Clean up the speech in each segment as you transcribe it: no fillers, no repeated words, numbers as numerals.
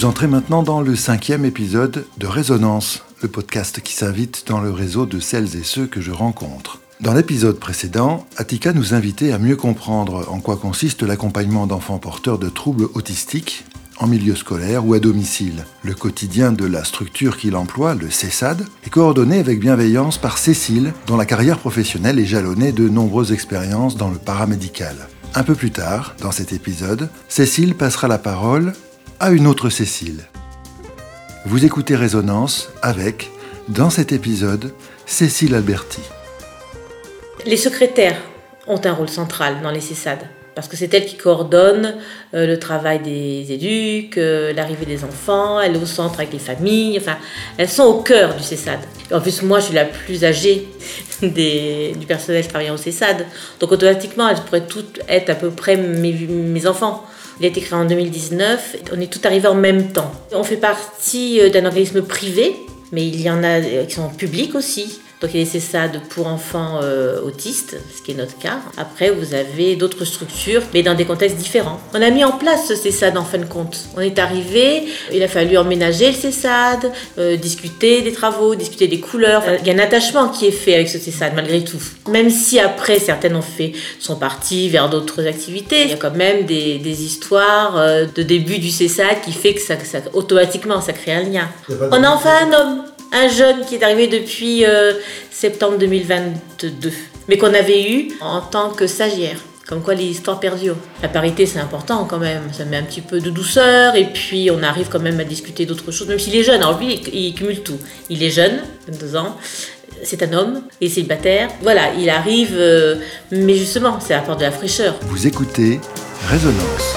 Vous entrez maintenant dans le 5e épisode de Résonance, le podcast qui s'invite dans le réseau de celles et ceux que je rencontre. Dans l'épisode précédent, Attika nous invitait à mieux comprendre en quoi consiste l'accompagnement d'enfants porteurs de troubles autistiques en milieu scolaire ou à domicile. Le quotidien de la structure qu'il emploie, le CESAD, est coordonné avec bienveillance par Cécile, dont la carrière professionnelle est jalonnée de nombreuses expériences dans le paramédical. Un peu plus tard, dans cet épisode, Cécile passera la parole à une autre Cécile. Vous écoutez Résonance avec, dans cet épisode, Cécile Alberti. Les secrétaires ont un rôle central dans les CESAD, parce que c'est elles qui coordonnent le travail des éducs, l'arrivée des enfants, elles sont au centre avec les familles, enfin, elles sont au cœur du CESAD. Et en plus, moi, je suis la plus âgée du personnel travaillant au CESAD, donc automatiquement, elles pourraient toutes être à peu près mes enfants. Il a été créé en 2019, on est toutes arrivées en même temps. On fait partie d'un organisme privé, mais il y en a qui sont publics aussi. Donc il y a des CESAD pour enfants autistes, ce qui est notre cas. Après, vous avez d'autres structures, mais dans des contextes différents. On a mis en place ce CESAD en fin de compte. On est arrivé, il a fallu emménager le CESAD, discuter des travaux, discuter des couleurs. Il y a un attachement qui est fait avec ce CESAD, malgré tout. Même si après, certaines sont parties vers d'autres activités, il y a quand même des histoires de début du CESAD qui fait que ça automatiquement, ça crée un lien. On a enfin un homme. Un jeune qui est arrivé depuis septembre 2022, mais qu'on avait eu en tant que stagiaire. Comme quoi les histoires perdurent. La parité, c'est important quand même. Ça met un petit peu de douceur et puis on arrive quand même à discuter d'autres choses, même s'il est jeune. Alors lui, il cumule tout. Il est jeune, 22 ans. C'est un homme, il est célibataire. Voilà, il arrive, mais justement, ça apporte de la fraîcheur. Vous écoutez Résonance.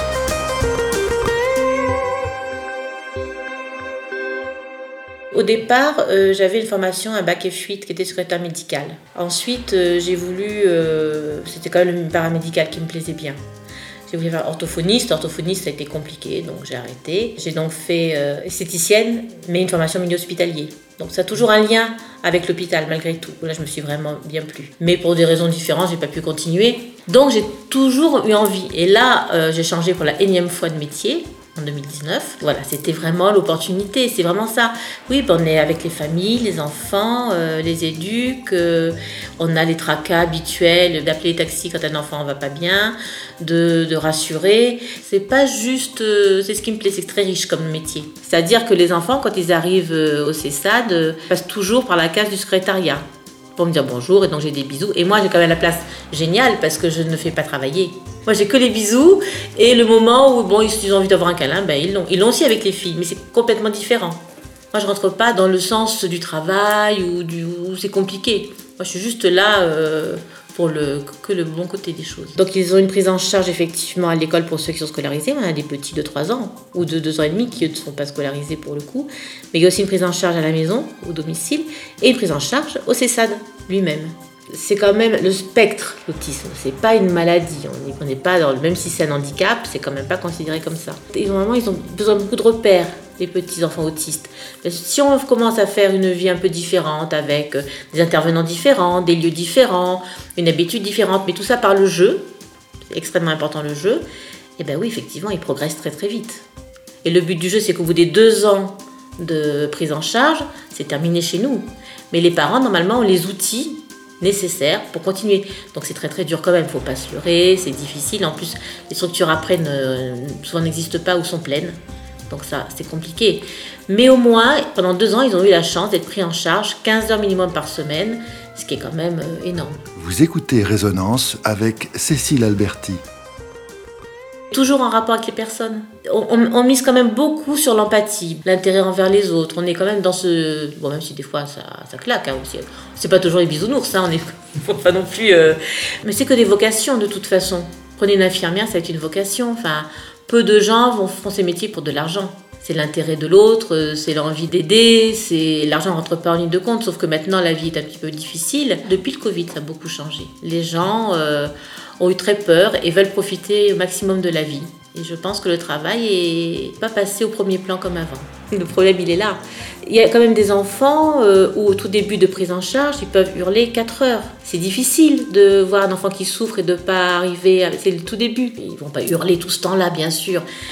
Au départ, j'avais une formation, un bac F8 qui était secrétaire médical. Ensuite, j'ai voulu, c'était quand même le paramédical qui me plaisait bien. J'ai voulu faire orthophoniste, ça a été compliqué, donc j'ai arrêté. J'ai donc fait esthéticienne, mais une formation milieu hospitalier. Donc ça a toujours un lien avec l'hôpital malgré tout. Là, je me suis vraiment bien plu. Mais pour des raisons différentes, j'ai pas pu continuer. Donc j'ai toujours eu envie. Et là, j'ai changé pour la énième fois de métier. En 2019. Voilà, c'était vraiment l'opportunité, c'est vraiment ça. Oui, on est avec les familles, les enfants, les éducs, on a les tracas habituels d'appeler les taxis quand un enfant ne va pas bien, de rassurer. C'est pas juste, c'est ce qui me plaît, c'est très riche comme métier. C'est-à-dire que les enfants, quand ils arrivent au CESAD, passent toujours par la case du secrétariat pour me dire bonjour, et donc j'ai des bisous. Et moi, j'ai quand même la place géniale parce que je ne fais pas travailler. Moi, j'ai que les bisous et le moment où ils ont envie d'avoir un câlin, ils l'ont. Ils l'ont aussi avec les filles, mais c'est complètement différent. Moi, je rentre pas dans le sens du travail où c'est compliqué. Moi, je suis juste là pour que le bon côté des choses. Donc, ils ont une prise en charge effectivement à l'école pour ceux qui sont scolarisés. On a des petits de 3 ans ou de 2 ans et demi qui ne sont pas scolarisés pour le coup. Mais il y a aussi une prise en charge à la maison, au domicile, et une prise en charge au CESAD lui-même. C'est quand même le spectre, l'autisme. C'est pas une maladie. On n'est pas même si c'est un handicap, c'est quand même pas considéré comme ça. Et normalement, ils ont besoin de beaucoup de repères, les petits enfants autistes. Parce que si on commence à faire une vie un peu différente, avec des intervenants différents, des lieux différents, une habitude différente, mais tout ça par le jeu, c'est extrêmement important le jeu, et oui, effectivement, ils progressent très très vite. Et le but du jeu, c'est qu'au bout des 2 ans de prise en charge, c'est terminé chez nous. Mais les parents, normalement, ont les outils nécessaires pour continuer. Donc c'est très très dur quand même, il ne faut pas se leurrer, c'est difficile. En plus, les structures après souvent n'existent pas ou sont pleines. Donc ça, c'est compliqué. Mais au moins, pendant 2 ans, ils ont eu la chance d'être pris en charge 15 heures minimum par semaine, ce qui est quand même énorme. Vous écoutez Résonance avec Cécile Alberti. Toujours en rapport avec les personnes. On mise quand même beaucoup sur l'empathie, l'intérêt envers les autres. On est quand même dans ce... Bon, même si des fois ça claque aussi. C'est pas toujours les bisounours, on est pas non plus... Mais c'est que des vocations de toute façon. Prenez une infirmière, ça va être une vocation. Enfin, peu de gens font ces métiers pour de l'argent. C'est l'intérêt de l'autre, c'est l'envie d'aider, l'argent ne rentre pas en ligne de compte, sauf que maintenant la vie est un petit peu difficile. Depuis le Covid, ça a beaucoup changé. Les gens ont eu très peur et veulent profiter au maximum de la vie. Et je pense que le travail n'est pas passé au premier plan comme avant. Le problème, il est là. Il y a quand même des enfants où, au tout début de prise en charge, ils peuvent hurler 4 heures. C'est difficile de voir un enfant qui souffre et de ne pas arriver... C'est le tout début. Ils ne vont pas hurler tout ce temps-là, bien sûr.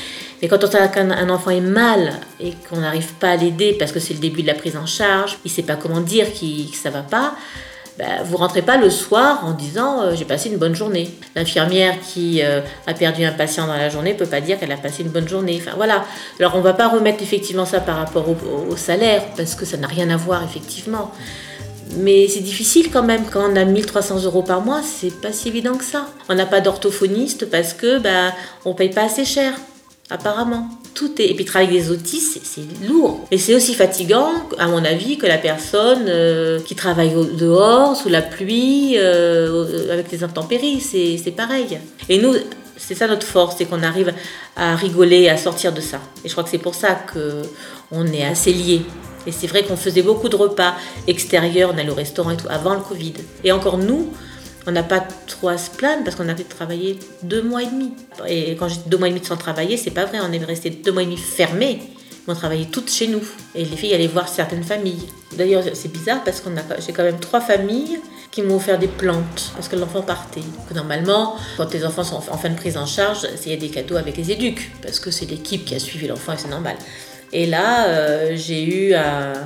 Et quand on sent qu'un enfant est mal et qu'on n'arrive pas à l'aider parce que c'est le début de la prise en charge, il ne sait pas comment dire que ça ne va pas, vous ne rentrez pas le soir en disant j'ai passé une bonne journée. L'infirmière qui a perdu un patient dans la journée ne peut pas dire qu'elle a passé une bonne journée. Enfin, voilà. Alors on ne va pas remettre effectivement ça par rapport au salaire parce que ça n'a rien à voir effectivement. Mais c'est difficile quand même, quand on a 1 300 € par mois, c'est pas si évident que ça. On n'a pas d'orthophoniste parce que on paye pas assez cher, apparemment. Et puis travailler avec des autistes, c'est lourd. Et c'est aussi fatigant, à mon avis, que la personne qui travaille dehors, sous la pluie, avec les intempéries, c'est pareil. Et nous, c'est ça notre force, c'est qu'on arrive à rigoler, à sortir de ça. Et je crois que c'est pour ça qu'on est assez liés. Et c'est vrai qu'on faisait beaucoup de repas extérieurs, on allait au restaurant et tout, avant le Covid. Et encore nous, on n'a pas trop à se plaindre parce qu'on a pu travailler 2 mois et demi. Et quand j'ai 2 mois et demi sans travailler, c'est pas vrai, on est resté 2 mois et demi fermés. On travaillait toutes chez nous. Et les filles allaient voir certaines familles. D'ailleurs, c'est bizarre parce j'ai quand même 3 familles qui m'ont offert des plantes parce que l'enfant partait. Normalement, quand les enfants sont en fin de prise en charge, il y a des cadeaux avec les éducs parce que c'est l'équipe qui a suivi l'enfant et c'est normal. Et là, j'ai eu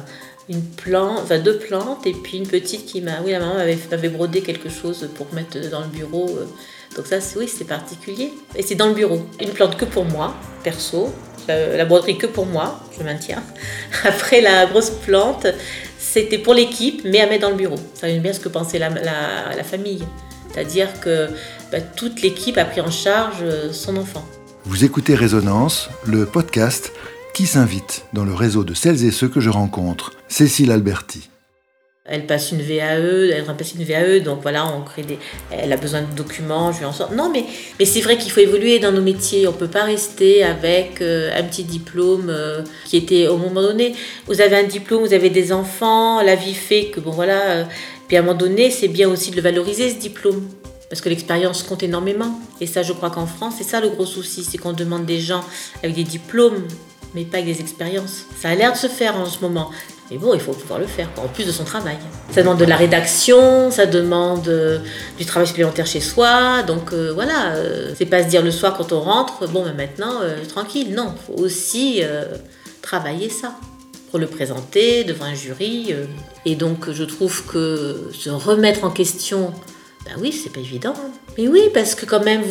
2 plantes et puis une petite qui la maman m'avait brodé quelque chose pour mettre dans le bureau. Donc ça, c'est particulier. Et c'est dans le bureau. Une plante que pour moi, perso. La broderie que pour moi, je maintiens. Après, la grosse plante, c'était pour l'équipe, mais à mettre dans le bureau. Ça veut bien ce que pensait la famille. C'est-à-dire que toute l'équipe a pris en charge son enfant. Vous écoutez Résonance, le podcast qui s'invite dans le réseau de celles et ceux que je rencontre. Cécile Alberti. Elle passe une VAE, elle remplace une VAE, donc voilà, elle a besoin de documents, je lui en sors. Non, mais c'est vrai qu'il faut évoluer dans nos métiers. On ne peut pas rester avec un petit diplôme qui était au moment donné. Vous avez un diplôme, vous avez des enfants, la vie fait que puis à un moment donné, c'est bien aussi de le valoriser ce diplôme. Parce que l'expérience compte énormément. Et ça, je crois qu'en France, c'est ça le gros souci, c'est qu'on demande des gens avec des diplômes, mais pas avec des expériences. Ça a l'air de se faire en ce moment. Mais bon, il faut pouvoir le faire, en plus de son travail. Ça demande de la rédaction, ça demande du travail supplémentaire chez soi. Donc voilà, c'est pas se dire le soir quand on rentre, maintenant, tranquille. Non, il faut aussi travailler ça pour le présenter devant un jury. Et donc, je trouve que se remettre en question, oui, c'est pas évident. Hein. Mais oui, parce que quand même,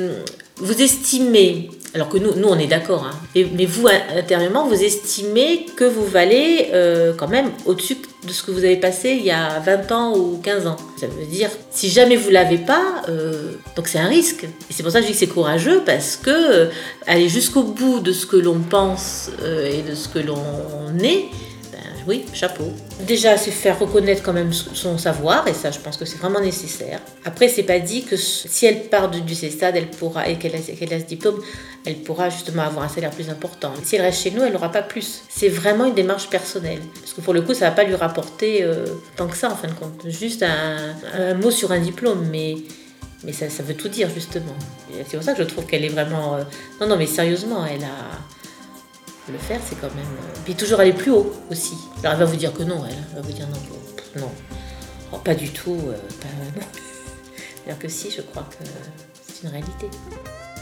vous estimez... Alors que nous on est d'accord, hein. Mais vous, intérieurement, vous estimez que vous valez quand même au-dessus de ce que vous avez passé il y a 20 ans ou 15 ans. Ça veut dire, si jamais vous ne l'avez pas, donc c'est un risque. Et c'est pour ça que je dis que c'est courageux, parce que aller jusqu'au bout de ce que l'on pense et de ce que l'on est, oui, chapeau. Déjà, c'est faire reconnaître quand même son savoir, et ça, je pense que c'est vraiment nécessaire. Après, c'est pas dit que si elle part du CESTAD, elle pourra, et qu'elle a ce diplôme, elle pourra justement avoir un salaire plus important. Si elle reste chez nous, elle n'aura pas plus. C'est vraiment une démarche personnelle. Parce que pour le coup, ça va pas lui rapporter tant que ça, en fin de compte. Juste un mot sur un diplôme, mais ça veut tout dire, justement. Et c'est pour ça que je trouve qu'elle est vraiment... Non, mais sérieusement, elle a... Le faire, c'est quand même... Puis toujours aller plus haut aussi. Alors elle va vous dire que non, elle va vous dire non. Oh, pas du tout. Non. C'est-à-dire que si, je crois que c'est une réalité.